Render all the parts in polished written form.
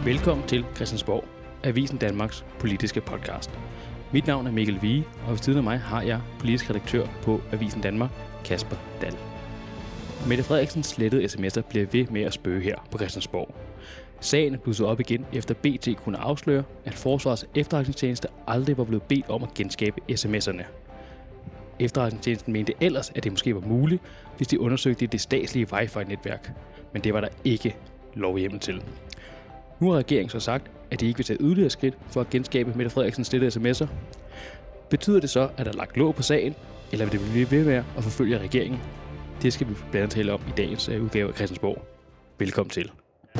Velkommen til Christiansborg, Avisen Danmarks politiske podcast. Mit navn er Mikkel Vige, og ved siden af mig har jeg politisk redaktør på Avisen Danmark, Kasper Dahl. Mette Frederiksens slettede sms'er bliver ved med at spøge her på Christiansborg. Sagen er blusset op igen, efter BT kunne afsløre, at Forsvarets efterretningstjeneste aldrig var blevet bedt om at genskabe sms'erne. Efterretningstjenesten mente ellers, at det måske var muligt, hvis de undersøgte det statslige Wi-Fi-netværk. Men det var der ikke lovhjemmel til. Nu har regeringen så sagt, at de ikke vil tage yderligere skridt for at genskabe Mette Frederiksens slettede sms'er. Betyder det så, at der er lagt låg på sagen, eller vil det blive ved med at forfølge regeringen? Det skal vi blandt andet tale om i dagens udgave af Christiansborg. Velkommen til.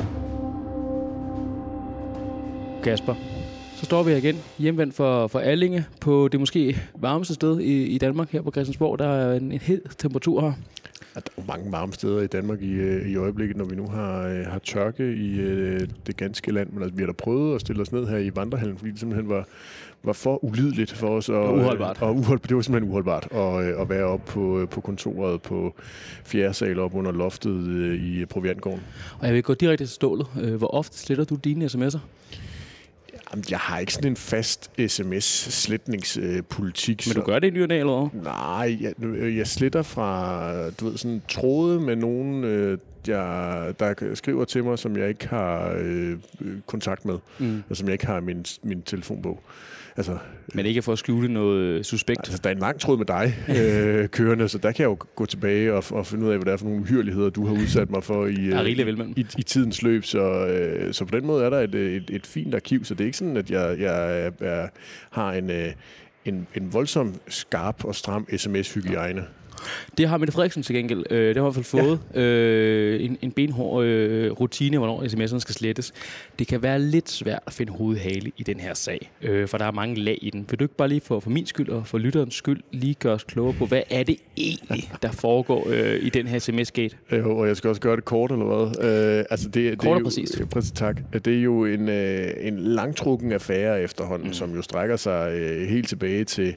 Kasper, så står vi her igen, hjemvendt for Allinge, på det måske varmeste sted i Danmark her på Christiansborg. Der er en hed temperatur her. Der er mange varme steder i Danmark i øjeblikket, når vi nu har tørke i det ganske land. Men altså, vi har da prøvet at stille os ned her i vandrehallen, fordi det simpelthen var for ulideligt for os. Og uholdbart. Det var simpelthen uholdbart at være oppe på kontoret på 4. sal op under loftet i Proviantgården. Og jeg vil gå direkte til stålet. Hvor ofte sletter du dine sms'er? Jeg har ikke sådan en fast sms-sletningspolitik. Men du gør det i ny og næ, eller hvad? Nej, jeg sletter fra sådan tråde med nogen, der skriver til mig, som jeg ikke har kontakt med, og som jeg ikke har i min telefonbog. Altså, men ikke for at skjule noget suspekt? Altså, der er en lang tråd med dig kørende, så der kan jeg jo gå tilbage og finde ud af, hvad det er for nogle uhyrligheder, du har udsat mig for i tidens løb. Så på den måde er der et fint arkiv, så det er ikke sådan, at jeg har en voldsom skarp og stram sms-hygiejne. Det har Mette Frederiksen til gengæld. Det har i hvert fald fået en benhård rutine, hvornår sms'erne skal slettes. Det kan være lidt svært at finde hovedhale i den her sag, for der er mange lag i den. Vil du ikke bare lige for min skyld og for lytterens skyld lige gøre os klogere på, hvad er det egentlig, der foregår i den her sms-gate? Jo, og jeg skal også gøre det kort, eller hvad? Kort og præcist. Tak. Det er jo en langtrukken affære efterhånden, som jo strækker sig helt tilbage til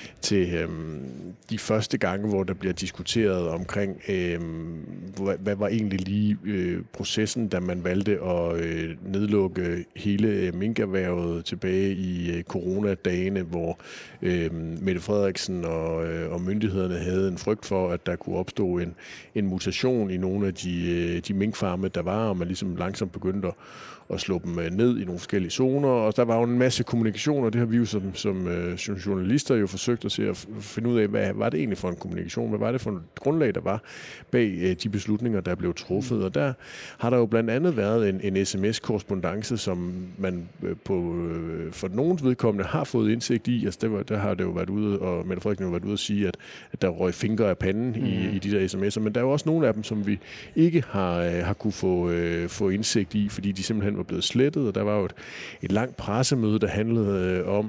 de første gange, hvor der bliver diskuteret omkring, hvad var egentlig lige processen, da man valgte at nedlukke hele minkerhvervet tilbage i coronadagene, hvor Mette Frederiksen og myndighederne havde en frygt for, at der kunne opstå en mutation i nogle af de minkfarme, der var, og man ligesom langsomt begyndte at slå dem ned i nogle forskellige zoner, og der var jo en masse kommunikation, og det har vi jo som journalister jo forsøgt at se at finde ud af, hvad var det egentlig for en kommunikation, hvad var det for et grundlag, der var bag de beslutninger, der blev truffet, og der har der jo blandt andet været en sms-korrespondance, som man for nogens vedkommende har fået indsigt i, altså der har det jo været ude, og Mette Frederiksen har været ude at sige, at der røg fingre af panden i de der sms'er, men der er jo også nogle af dem, som vi ikke har kunne få indsigt i, fordi de simpelthen var blevet slettet, og der var jo et langt pressemøde, der handlede om,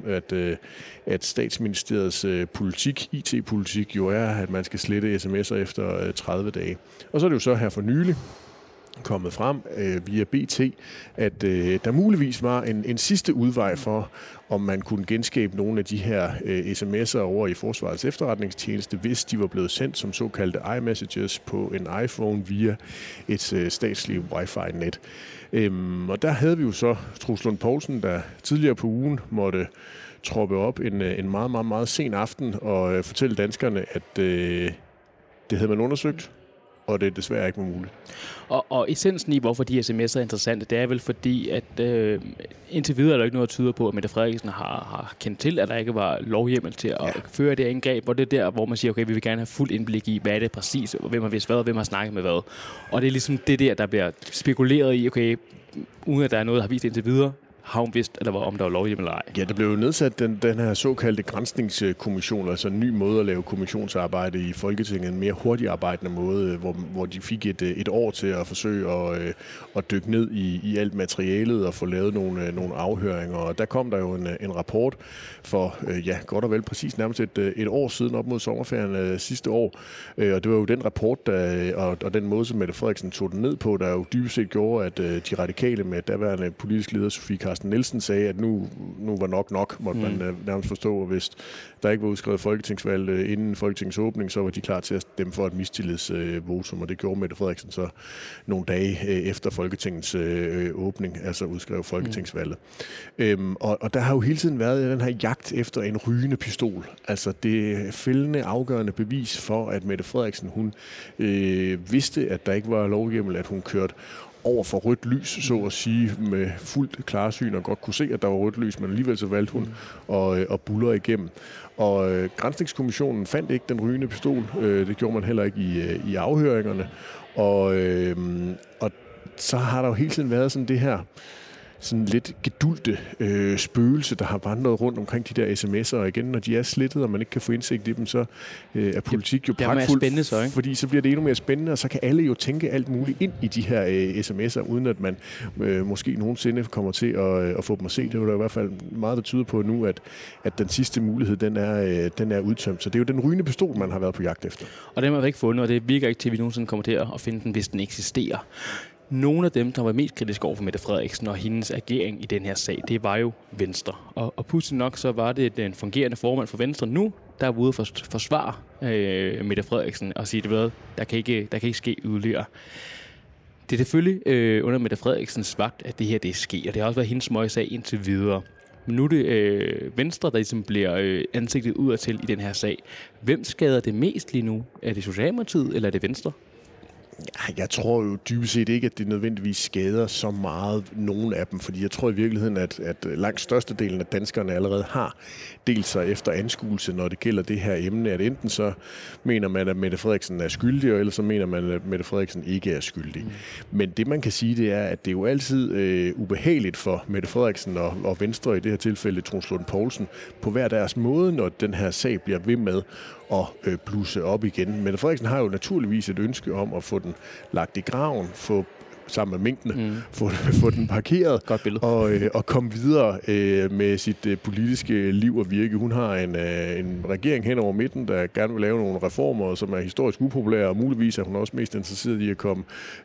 at Statsministeriets IT-politik jo er, at man skal slette sms'er efter 30 dage. Og så er det jo så her for nylig kommet frem via BT, at der muligvis var en sidste udvej for, om man kunne genskabe nogle af de her sms'er over i Forsvarets efterretningstjeneste, hvis de var blevet sendt som såkaldte iMessages på en iPhone via et statsligt Wi-Fi-net. Og der havde vi jo så Troels Lund Poulsen, der tidligere på ugen måtte troppe op en meget, meget, meget sen aften og fortælle danskerne, at det havde man undersøgt, og det desværre ikke var muligt. Og essensen i, hvorfor de her sms'er er interessante, det er vel fordi, at indtil videre er der ikke noget, der tyder på, at Mette Frederiksen har kendt til, at der ikke var lovhjemmel til at føre det indgreb, hvor det er der, hvor man siger, okay, vi vil gerne have fuld indblik i, hvad er det præcis, og hvem har vidst hvad, og hvem har snakket med hvad. Og det er ligesom det der bliver spekuleret i, okay, uden at der er noget, der har vist indtil videre, har hun vidst, om der var lovhjemmel eller ej? Ja, der blev jo nedsat den her såkaldte granskningskommission, altså en ny måde at lave kommissionsarbejde i Folketinget, en mere hurtig arbejdende måde, hvor de fik et år til at forsøge at dykke ned i alt materialet og få lavet nogle afhøringer. Og der kom der jo en rapport for, godt og vel præcis nærmest et år siden, op mod sommerferien sidste år. Og det var jo den rapport, og den måde, som Mette Frederiksen tog den ned på, der jo dybest set gjorde, at de radikale med daværende politisk leder Sofie Carsten Carsten Nielsen sagde, at nu var nok, måtte man nærmest forstå, og hvis der ikke var udskrevet folketingsvalg inden Folketingets åbning, så var de klar til at stemme for et mistillidsvotum, og det gjorde Mette Frederiksen så nogle dage efter Folketingets åbning, altså udskrev folketingsvalget. Og der har jo hele tiden været den her jagt efter en rygende pistol, altså det fældende afgørende bevis for, at Mette Frederiksen, hun vidste, at der ikke var lovhjemmel, at hun kørte over for rødt lys, så at sige, med fuldt klarsyn og godt kunne se, at der var rødt lys, men alligevel så valgte hun at buldre igennem. Og Granskningskommissionen fandt ikke den rygende pistol. Det gjorde man heller ikke i afhøringerne. Og så har der jo hele tiden været sådan det her sådan lidt gedulte spøgelse, der har vandret rundt omkring de der sms'er, og igen, når de er slettet, og man ikke kan få indsigt i dem, så er politik jo pragtfuldt, fordi så bliver det endnu mere spændende, og så kan alle jo tænke alt muligt ind i de her sms'er, uden at man måske nogensinde kommer til at få dem at se. Det er jo i hvert fald meget, der tyder på nu, at den sidste mulighed, den er udtømt. Så det er jo den rygende pistol, man har været på jagt efter. Og den har vi ikke fundet, og det virker ikke til, at vi nogensinde kommer til at finde den, hvis den eksisterer. Nogle af dem, der var mest kritiske over for Mette Frederiksen og hendes agering i den her sag, det var jo Venstre. Og pudsigt nok, så var det den fungerende formand for Venstre nu, der var ude for at forsvare Mette Frederiksen og sige, at der kan ikke ske yderligere. Det er selvfølgelig under Mette Frederiksens vagt, at det her det sker, og det har også været hendes smøge sag indtil videre. Men nu er det Venstre, der ligesom bliver ansigtet udadtil i den her sag. Hvem skader det mest lige nu? Er det Socialdemokratiet, eller er det Venstre? Ja, jeg tror jo dybest set ikke, at det nødvendigvis skader så meget nogen af dem, fordi jeg tror i virkeligheden, at langt størstedelen af danskerne allerede har delt sig efter anskuelse, når det gælder det her emne, at enten så mener man, at Mette Frederiksen er skyldig, eller så mener man, at Mette Frederiksen ikke er skyldig. Men det man kan sige, det er, at det er jo altid ubehageligt for Mette Frederiksen og Venstre, i det her tilfælde Troels Lund Poulsen, på hver deres måde, når den her sag bliver ved med at blusse op igen. Mette Frederiksen har jo naturligvis et ønske om at få den lagt i graven, få sammen med minkene, få den parkeret og komme videre med sit politiske liv og virke. Hun har en regering hen over midten, der gerne vil lave nogle reformer, som er historisk upopulære, og muligvis er hun også mest interesseret i at komme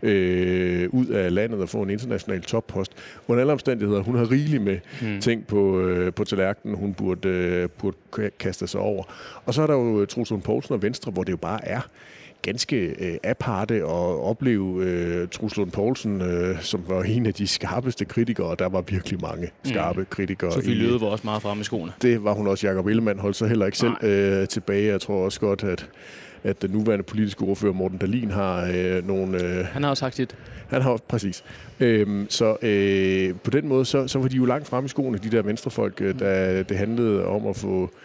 ud af landet og få en international toppost. Under alle omstændigheder, hun har rigeligt med ting på tallerkenen, hun burde kaste sig over. Og så er der jo Troels Lund Poulsen og Venstre, hvor det jo bare er ganske aparte at opleve Troels Lund Poulsen, som var en af de skarpeste kritikere, og der var virkelig mange skarpe kritikere. Sofie Løhde var også meget fremme i skoene. Det var hun også. Jakob Ellemann holdt så heller ikke selv tilbage. Jeg tror også godt, at den nuværende politiske ordfører Morten Dahlin har nogle... Han har også sagt sit. Han har også, præcis. Så på den måde, så var de jo langt fremme i skoene, de der venstrefolk, da det handlede om at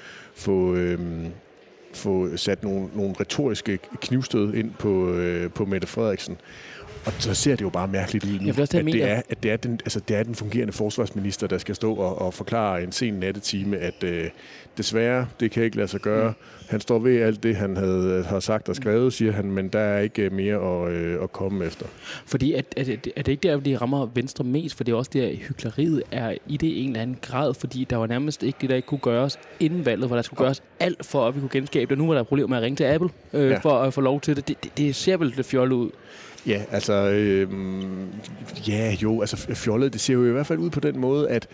få sat nogle retoriske knivstød ind på Mette Frederiksen. Og så ser det jo bare mærkeligt ud nu, at det er den fungerende forsvarsminister, der skal stå og forklare en sen nattetime, at desværre, det kan ikke lade sig gøre. Han står ved alt det, han har sagt og skrevet, siger han, men der er ikke mere at komme efter. Fordi er det ikke der, de rammer Venstre mest? For det er også der, hykleriet er i det en eller anden grad, fordi der var nærmest ikke det, der ikke kunne gøres inden valget, hvor der skulle gøres alt for, at vi kunne genskabe det. Nu var der problemer med at ringe til Apple for at få lov til det. Det ser vel lidt fjollet ud. Ja, altså, fjollet, det ser jo i hvert fald ud på den måde, at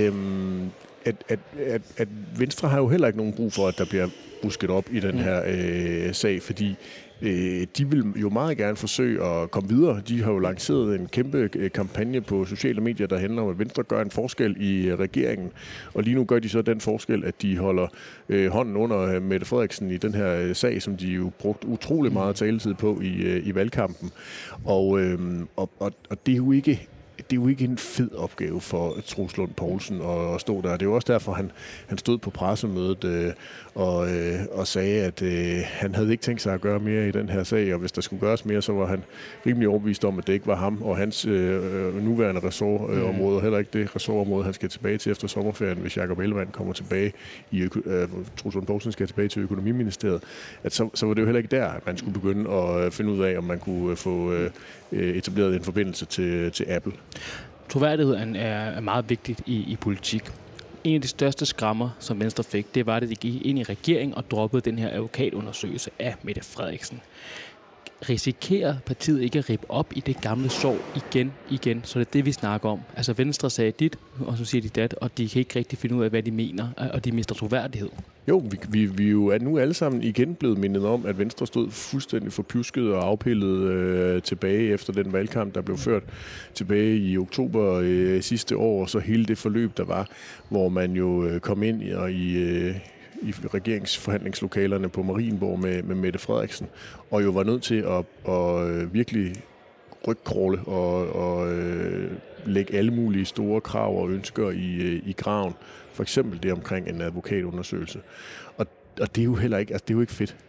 Venstre har jo heller ikke nogen brug for, at der bliver rusket op i den her sag, fordi de vil jo meget gerne forsøge at komme videre. De har jo lanceret en kæmpe kampagne på sociale medier, der handler om, at Venstre gør en forskel i regeringen. Og lige nu gør de så den forskel, at de holder hånden under Mette Frederiksen i den her sag, som de jo brugt utrolig meget taletid på i valgkampen. Og det er jo ikke... Det er jo ikke en fed opgave for Troels Lund Poulsen at stå der. Det er jo også derfor, han stod på pressemødet og sagde, at han havde ikke tænkt sig at gøre mere i den her sag, og hvis der skulle gøres mere, så var han rimelig overbevist om, at det ikke var ham og hans nuværende ressortområde, og heller ikke det ressortområde, han skal tilbage til efter sommerferien, hvis Jakob Ellemann kommer tilbage Troels Lund Poulsen skal tilbage til Økonomiministeriet, at så var det jo heller ikke der, at man skulle begynde at finde ud af, om man kunne få etableret en forbindelse til Apple. Troværdigheden er meget vigtigt i politik. En af de største skrammer, som Venstre fik, det var, at de gik ind i regering og droppede den her advokatundersøgelse af Mette Frederiksen. risikerer partiet ikke at rippe op i det gamle sår igen, så det er det, vi snakker om. Altså Venstre sagde dit, og så siger de dat, og de kan ikke rigtig finde ud af, hvad de mener, og de mister troværdighed. Jo, vi jo er nu alle sammen igen blevet mindet om, at Venstre stod fuldstændig forpjusket og afpillet tilbage efter den valgkamp, der blev ført tilbage i oktober sidste år, og så hele det forløb, der var, hvor man jo kom ind i regeringsforhandlingslokalerne på Marienborg med Mette Frederiksen, og jo var nødt til at virkelig rygkråle og lægge alle mulige store krav og ønsker i graven. For eksempel det omkring en advokatundersøgelse. Og det er jo heller ikke, altså det er jo ikke fedt.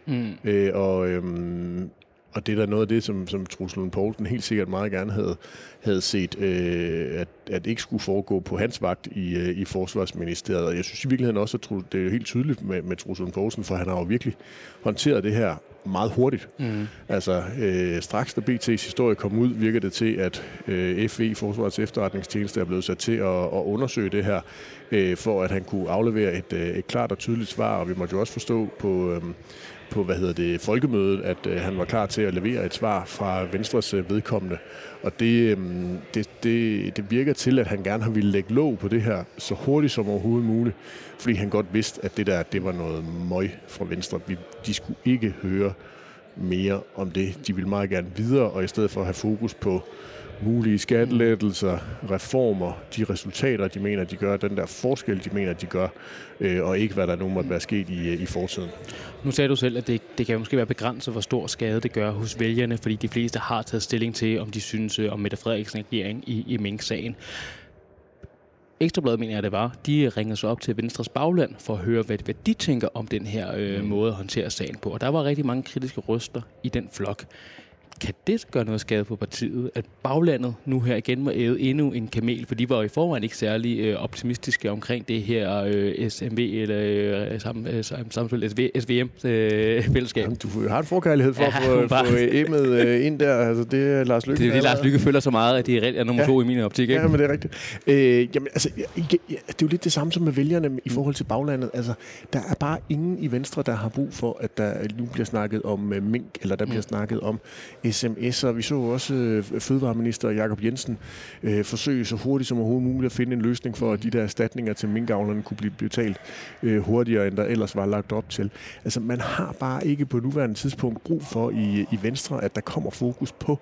Og det er da noget af det, som Troels Lund Poulsen helt sikkert meget gerne havde set, at ikke skulle foregå på hans vagt i Forsvarsministeriet. Og jeg synes i virkeligheden også, at det er helt tydeligt med Troels Lund Poulsen, for han har jo virkelig håndteret det her meget hurtigt. Altså, straks da BT's historie kom ud, virker det til, at FE, Forsvarets Efterretningstjeneste, er blevet sat til at undersøge det her, for at han kunne aflevere et klart og tydeligt svar, og vi måtte jo også forstå på folkemødet, at han var klar til at levere et svar fra Venstres vedkommende. Og det virker til, at han gerne har ville lægge låg på det her så hurtigt som overhovedet muligt, fordi han godt vidste, at det var noget møg fra Venstre. De skulle ikke høre mere om det. De ville meget gerne videre, og i stedet for at have fokus på mulige skattelettelser, reformer, de resultater, de mener, de gør, den der forskel, de mener, de gør, og ikke hvad der nu måtte være sket i fortiden. Nu sagde du selv, at det kan måske være begrænset, hvor stor skade det gør hos vælgerne, fordi de fleste har taget stilling til, om de synes om Mette Frederiksen regering i Mink-sagen. Ekstrabladet mener jeg, det var. De ringer så op til Venstres bagland for at høre, hvad de tænker om den her måde at håndtere sagen på. Og der var rigtig mange kritiske røster i den flok. Kan det gøre noget skade på partiet, at baglandet nu her igen må æde endnu en kamel? For de var jo i forvejen ikke særlig optimistiske omkring det her SMV eller SVM-fællesskab. Du har en forkærlighed for at få emmet ind der. Altså, det er Lars Løkke. Det er det, Lars Løkke føler så meget, at det er reelt nummer 2 i min optik. Ikke? Ja, men det er rigtigt. Jamen, altså, det er jo lidt det samme som med vælgerne i forhold til baglandet. Altså, der er bare ingen i Venstre, der har brug for, at der nu bliver snakket om mink, eller der bliver snakket om SMS'er. Vi så også fødevareminister Jakob Jensen forsøge så hurtigt som overhovedet muligt at finde en løsning for, at de der erstatninger til minkavlerne kunne blive betalt hurtigere, end der ellers var lagt op til. Altså, man har bare ikke på nuværende tidspunkt brug for i Venstre, at der kommer fokus på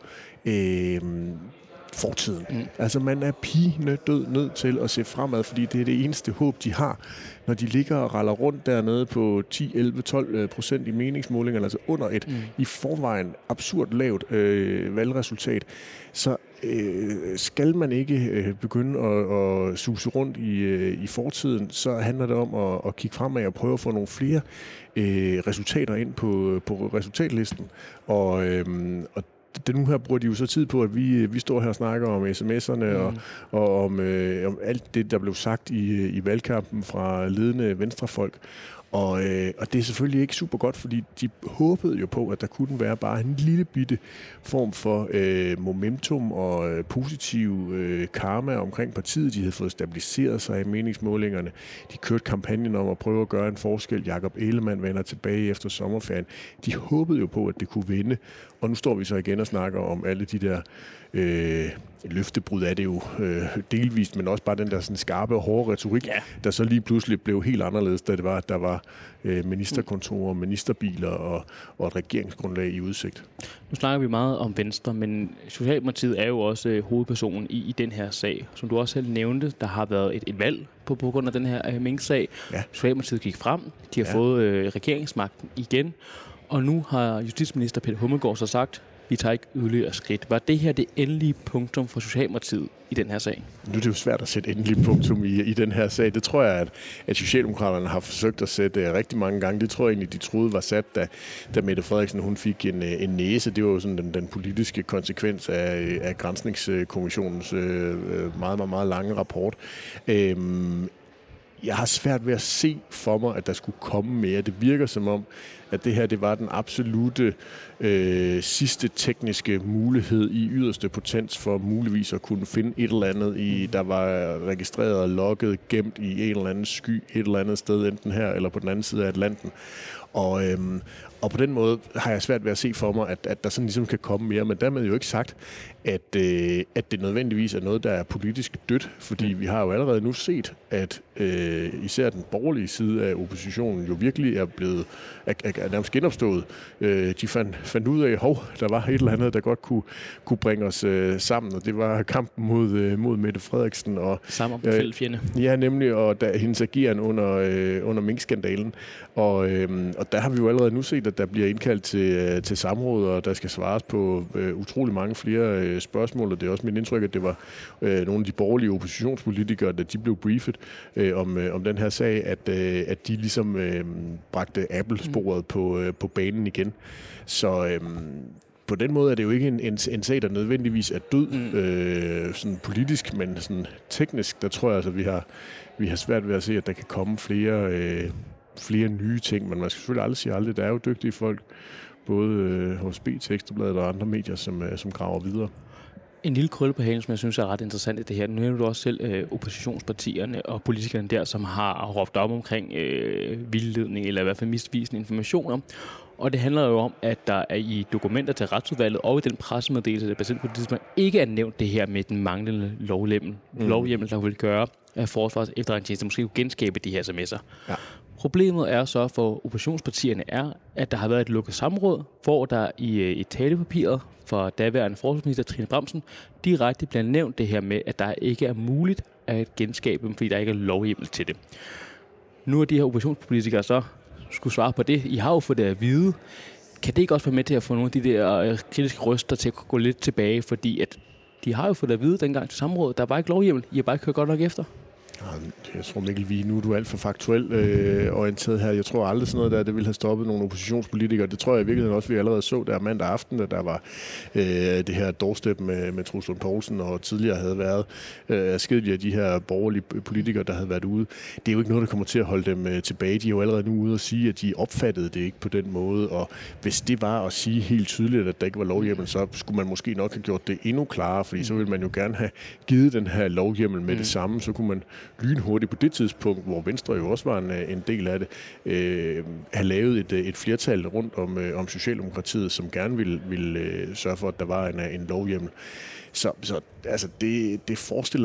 fortiden. Altså, man er pinedød nødt til at se fremad, fordi det er det eneste håb, de har, når de ligger og raller rundt dernede på 10, 11, 12% i meningsmålinger, altså under et i forvejen absurd lavt valgresultat, så skal man ikke begynde at suse rundt i fortiden, så handler det om at kigge fremad og prøve at få nogle flere resultater ind på resultatlisten. Og nu her bruger de jo så tid på, at vi står her og snakker om sms'erne og om alt det, der blev sagt i valgkampen fra ledende venstrefolk. Og det er selvfølgelig ikke super godt, fordi de håbede jo på, at der kunne være bare en lille bitte form for momentum og positiv karma omkring partiet. De havde fået stabiliseret sig i meningsmålingerne. De kørte kampagnen om at prøve at gøre en forskel. Jakob Ellemann vender tilbage efter sommerferien. De håbede jo på, at det kunne vende. Og nu står vi så igen og snakker om alle de der løftebrud er det jo delvist, men også bare den der sådan skarpe og hårde retorik, der så lige pludselig blev helt anderledes, da der var ministerkontorer, ministerbiler og et regeringsgrundlag i udsigt. Nu snakker vi meget om Venstre, men Socialdemokratiet er jo også hovedpersonen i den her sag. Som du også selv nævnte, der har været et valg på grund af den her Mink-sag. Ja. Socialdemokratiet gik frem, de har fået regeringsmagten igen, og nu har justitsminister Peter Hummelgaard så sagt, vi tager ikke yderligere skridt. Var det her det endelige punktum for Socialdemokratiet i den her sag? Nu er det jo svært at sætte endelig punktum i den her sag. Det tror jeg, at Socialdemokraterne har forsøgt at sætte rigtig mange gange. Det tror jeg egentlig, de troede var sat, da Mette Frederiksen hun fik en næse. Det var jo sådan den politiske konsekvens af Granskningskommissionens meget, meget, meget lange rapport. Jeg har svært ved at se for mig, at der skulle komme mere. Det virker som om, at det her det var den absolute sidste tekniske mulighed i yderste potens for muligvis at kunne finde et eller andet, der var registreret og logget, gemt i en eller anden sky et eller andet sted, enten her eller på den anden side af Atlanten. Og Og på den måde har jeg svært ved at se for mig, at der sådan ligesom kan komme mere, men dermed jo ikke sagt, at det nødvendigvis er noget, der er politisk dødt, fordi vi har jo allerede nu set, at især den borgerlige side af oppositionen jo virkelig er blevet er nærmest genopstået. De fandt ud af, der var et eller andet, der godt kunne bringe os sammen, og det var kampen mod Mette Frederiksen. Og sammen om fælles fjende. Ja, nemlig, og hendes ageren under minkskandalen. Og der har vi jo allerede nu set, at der bliver indkaldt til samråd, og der skal svares på utrolig mange flere spørgsmål, og det er også mit indtryk, at det var nogle af de borgerlige oppositionspolitikere, da de blev briefet om den her sag, at de ligesom bragte Apple-sporet på banen igen. Så på den måde er det jo ikke en sag, der nødvendigvis er død sådan politisk, men sådan teknisk, der tror jeg altså, vi har svært ved at se, at der kan komme flere nye ting, men man skal selvfølgelig aldrig sige aldrig. Der er jo dygtige folk, både hos BT, Ekstrabladet og andre medier, som graver videre. En lille krølle på halen, som jeg synes er ret interessant i det her. Nu nævner du også selv oppositionspartierne og politikerne der, som har råbt op omkring vildledning, eller i hvert fald misvisende informationer. Og det handler jo om, at der er i dokumenter til retsudvalget og i den pressemeddelelse, der er sendt på det tidspunkt, ikke er nævnt det her med den manglende lovhjemmel, der vil gøre, at Forsvarets Efterretningstjeneste måske kunne genskabe de her sms'er. Ja. Problemet er så for oppositionspartierne er, at der har været et lukket samråd, hvor der i talepapiret fra daværende forsvarsminister Trine Bramsen direkte bliver nævnt det her med, at der ikke er muligt at genskabe dem, fordi der ikke er lovhjemmel til det. Nu er de her oppositionspolitikere så skulle svare på det. I har jo fået det at vide. Kan det ikke også være med til at få nogle af de der kritiske røster til at gå lidt tilbage, fordi at de har jo fået det at vide dengang til samrådet. Der var ikke lovhjemmel. I har bare ikke kørt godt nok efter. Jeg tror, Mikkel, nu er du alt for faktuelt orienteret her. Jeg tror aldrig sådan noget det ville have stoppet nogle oppositionspolitikere. Det tror jeg i virkeligheden også, vi allerede så der mandag aften, at der var det her doorstep med Troels Lund Poulsen, og tidligere havde været adskillige af de her borgerlige politikere, der havde været ude. Det er jo ikke noget, der kommer til at holde dem tilbage. De er jo allerede nu ude og sige, at de opfattede det ikke på den måde, og hvis det var at sige helt tydeligt, at der ikke var lovhjemmel, så skulle man måske nok have gjort det endnu klarere, fordi så ville man jo gerne have givet den her lovhjemmel med det samme, så kunne man lynhurtigt på det tidspunkt, hvor Venstre jo også var en del af det, have lavet et flertal rundt om Socialdemokratiet, som gerne ville sørge for, at der var en lovhjemmel. Så altså det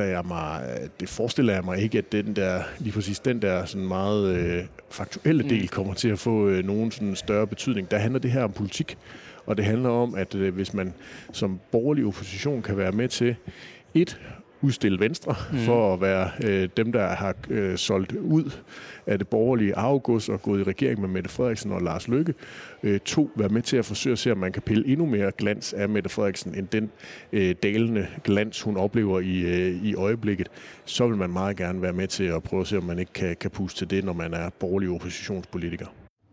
forestiller jeg mig ikke, at lige præcis den der sådan meget faktuelle del kommer til at få nogen sådan større betydning. Der handler det her om politik, og det handler om, at hvis man som borgerlig opposition kan være med til udstille Venstre for at være dem, der har solgt ud af det borgerlige arvegods og gået i regering med Mette Frederiksen og Lars Løkke. 2, være med til at forsøge at se, om man kan pille endnu mere glans af Mette Frederiksen, end den dalende glans, hun oplever i øjeblikket. Så vil man meget gerne være med til at prøve at se, om man ikke kan puste til det, når man er borgerlig oppositionspolitiker.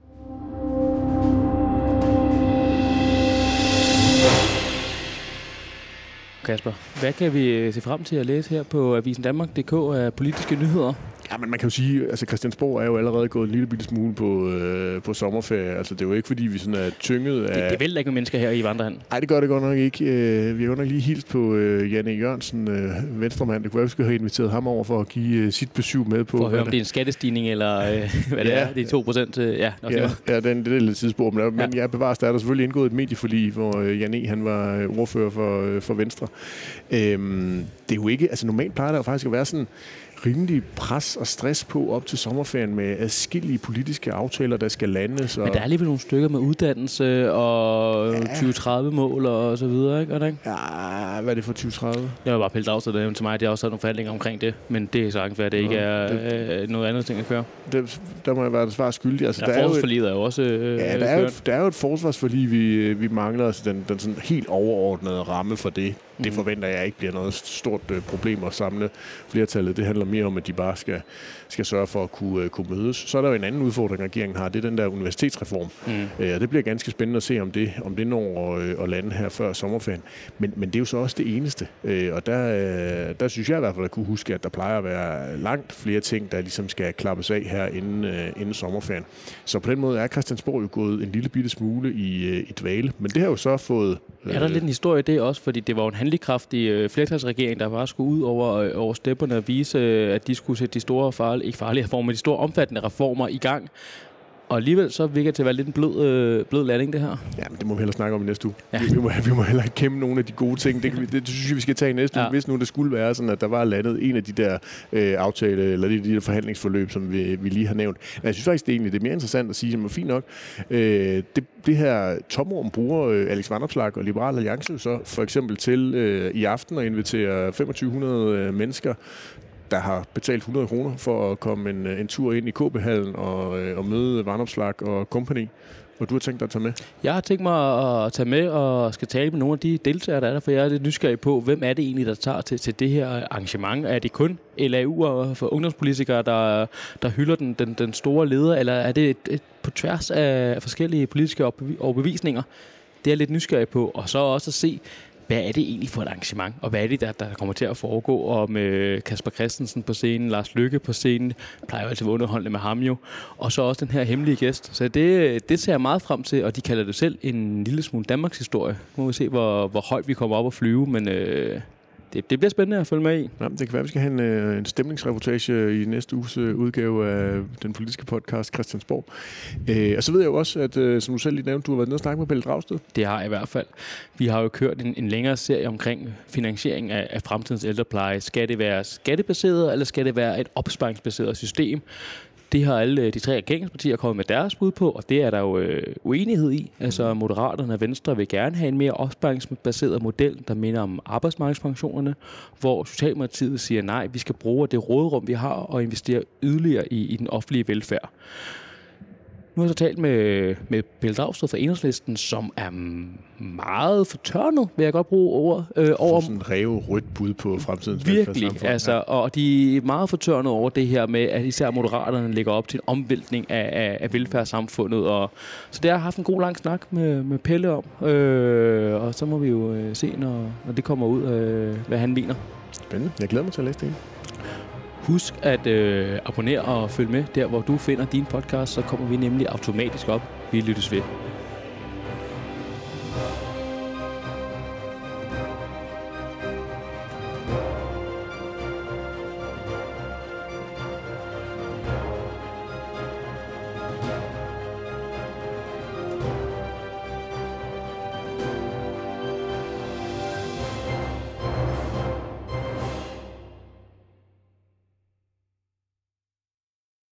Kasper, hvad kan vi se frem til at læse her på avisendanmark.dk af politiske nyheder? Ja, men man kan jo sige, altså Christiansborg er jo allerede gået en lille bitte smule på sommerferie. Altså det er jo ikke, fordi vi sådan er tynget af... Det vælter ikke mennesker her i Vandrehand. Nej, det gør det godt nok ikke. Vi har godt nok lige hilst på Janne Jørgensen, venstremand. Det kunne være, vi skulle have inviteret ham over for at give sit besøg med på... For at høre, om det er en skattestigning, eller hvad det er. Det er 2%. Det er lidt tidsspor. Men jeg bevares, der er der selvfølgelig indgået et medieforlig, hvor Janne, han var ordfører for Venstre. Det er jo ikke... Altså normalt plejer der jo faktisk at være sådan rimelig pres og stress på op til sommerferien med adskillige politiske aftaler, der skal landes. Men der er alligevel nogle stykker med uddannelse og 2030-mål og så videre, ikke? Ja, hvad er det for 2030? Jeg vil bare pille af til det til mig. Det er også nogle forhandlinger omkring det, men det er sagtens, at det ikke er noget andet ting at køre. Der må jeg være det svar skyldig. Altså, forsvarsforliget er jo også der er jo et forsvarsforlig, vi mangler. Altså den sådan helt overordnede ramme for det. Det forventer jeg ikke bliver noget stort problem at samle flertallet. Det handler mere om, at de bare skal sørge for at kunne mødes. Så er der jo en anden udfordring, regeringen har. Det er den der universitetsreform. Og det bliver ganske spændende at se, om det når at lande her før sommerferien. Men det er jo så også det eneste. Og der synes jeg i hvert fald, at kunne huske, at der plejer at være langt flere ting, der ligesom skal klappes af her inden sommerferien. Så på den måde er Christiansborg jo gået en lille bitte smule i dvale. Men det har jo så fået... Er der lidt en historie i det også? Fordi det var jo en handlekraftig flertalsregering, der bare skulle ud over stepperne og vise, at de skulle sætte de store ikke farlige reformer, de store omfattende reformer i gang. Og alligevel så virker det til at være lidt en blød landing, det her. Ja, men det må vi hellere snakke om i næste uge. Ja. Vi må hellere kæmpe nogle af de gode ting. Det synes jeg, vi skal tage i næste uge, hvis nu det skulle være sådan, at der var landet en af de der aftale, eller de der forhandlingsforløb, som vi lige har nævnt. Men jeg synes faktisk, det er mere interessant at sige, som er fint nok. Det her tomrum bruger Alex Vanopslagh og Liberal Alliance så for eksempel til i aften at invitere 2500 mennesker, der har betalt 100 kroner for at komme en tur ind i KB-hallen og møde Vanopslagh og company. Og du har tænkt dig at tage med? Jeg har tænkt mig at tage med og skal tale med nogle af de deltagere, der er der, for jeg er lidt nysgerrig på, hvem er det egentlig, der tager til det her arrangement? Er det kun LAU'er for ungdomspolitikere, der hylder den store leder, eller er det et på tværs af forskellige politiske overbevisninger? Det er jeg lidt nysgerrig på, og så også at se, hvad er det egentlig for et arrangement, og hvad er det, der kommer til at foregå, og med Casper Christensen på scenen, Lars Løkke på scenen, plejer jo altid at underholde med ham jo, og så også den her hemmelige gæst. Så det ser jeg meget frem til, og de kalder det selv en lille smule Danmarks historie. Nu må vi se, hvor højt vi kommer op og flyve, men det bliver spændende at følge med i. Ja, det kan være, at vi skal have en stemningsreportage i næste uges udgave af den politiske podcast Christiansborg. Og så ved jeg jo også, at som du selv lige nævnte, du har været nede og snakke med Pelle Dragsted. Det har jeg i hvert fald. Vi har jo kørt en længere serie omkring finansiering af fremtidens ældrepleje. Skal det være skattebaseret, eller skal det være et opsparingsbaseret system? Det har alle de tre regeringspartier kommet med deres bud på, og det er der jo uenighed i. Altså Moderaterne og Venstre vil gerne have en mere opsparingsbaseret model, der minder om arbejdsmarkedspensionerne, hvor Socialdemokratiet siger nej, vi skal bruge det råderum, vi har, og investere yderligere i den offentlige velfærd. Nu har jeg så talt med Pelle Dragsted fra Enhedslisten, som er meget fortørnet, vil jeg godt bruge ordet. Over sådan en ræverødt bud på fremtidens velfærdssamfund. Altså, og de er meget fortørnet over det her med, at især Moderaterne lægger op til en omvæltning af velfærdssamfundet. Og, så det har jeg haft en god lang snak med Pelle om. Og så må vi jo se, når det kommer ud, hvad han mener. Spændende. Jeg glæder mig til at læse det. Husk at abonnere og følge med der, hvor du finder din podcast, så kommer vi nemlig automatisk op. Vi lyttes ved.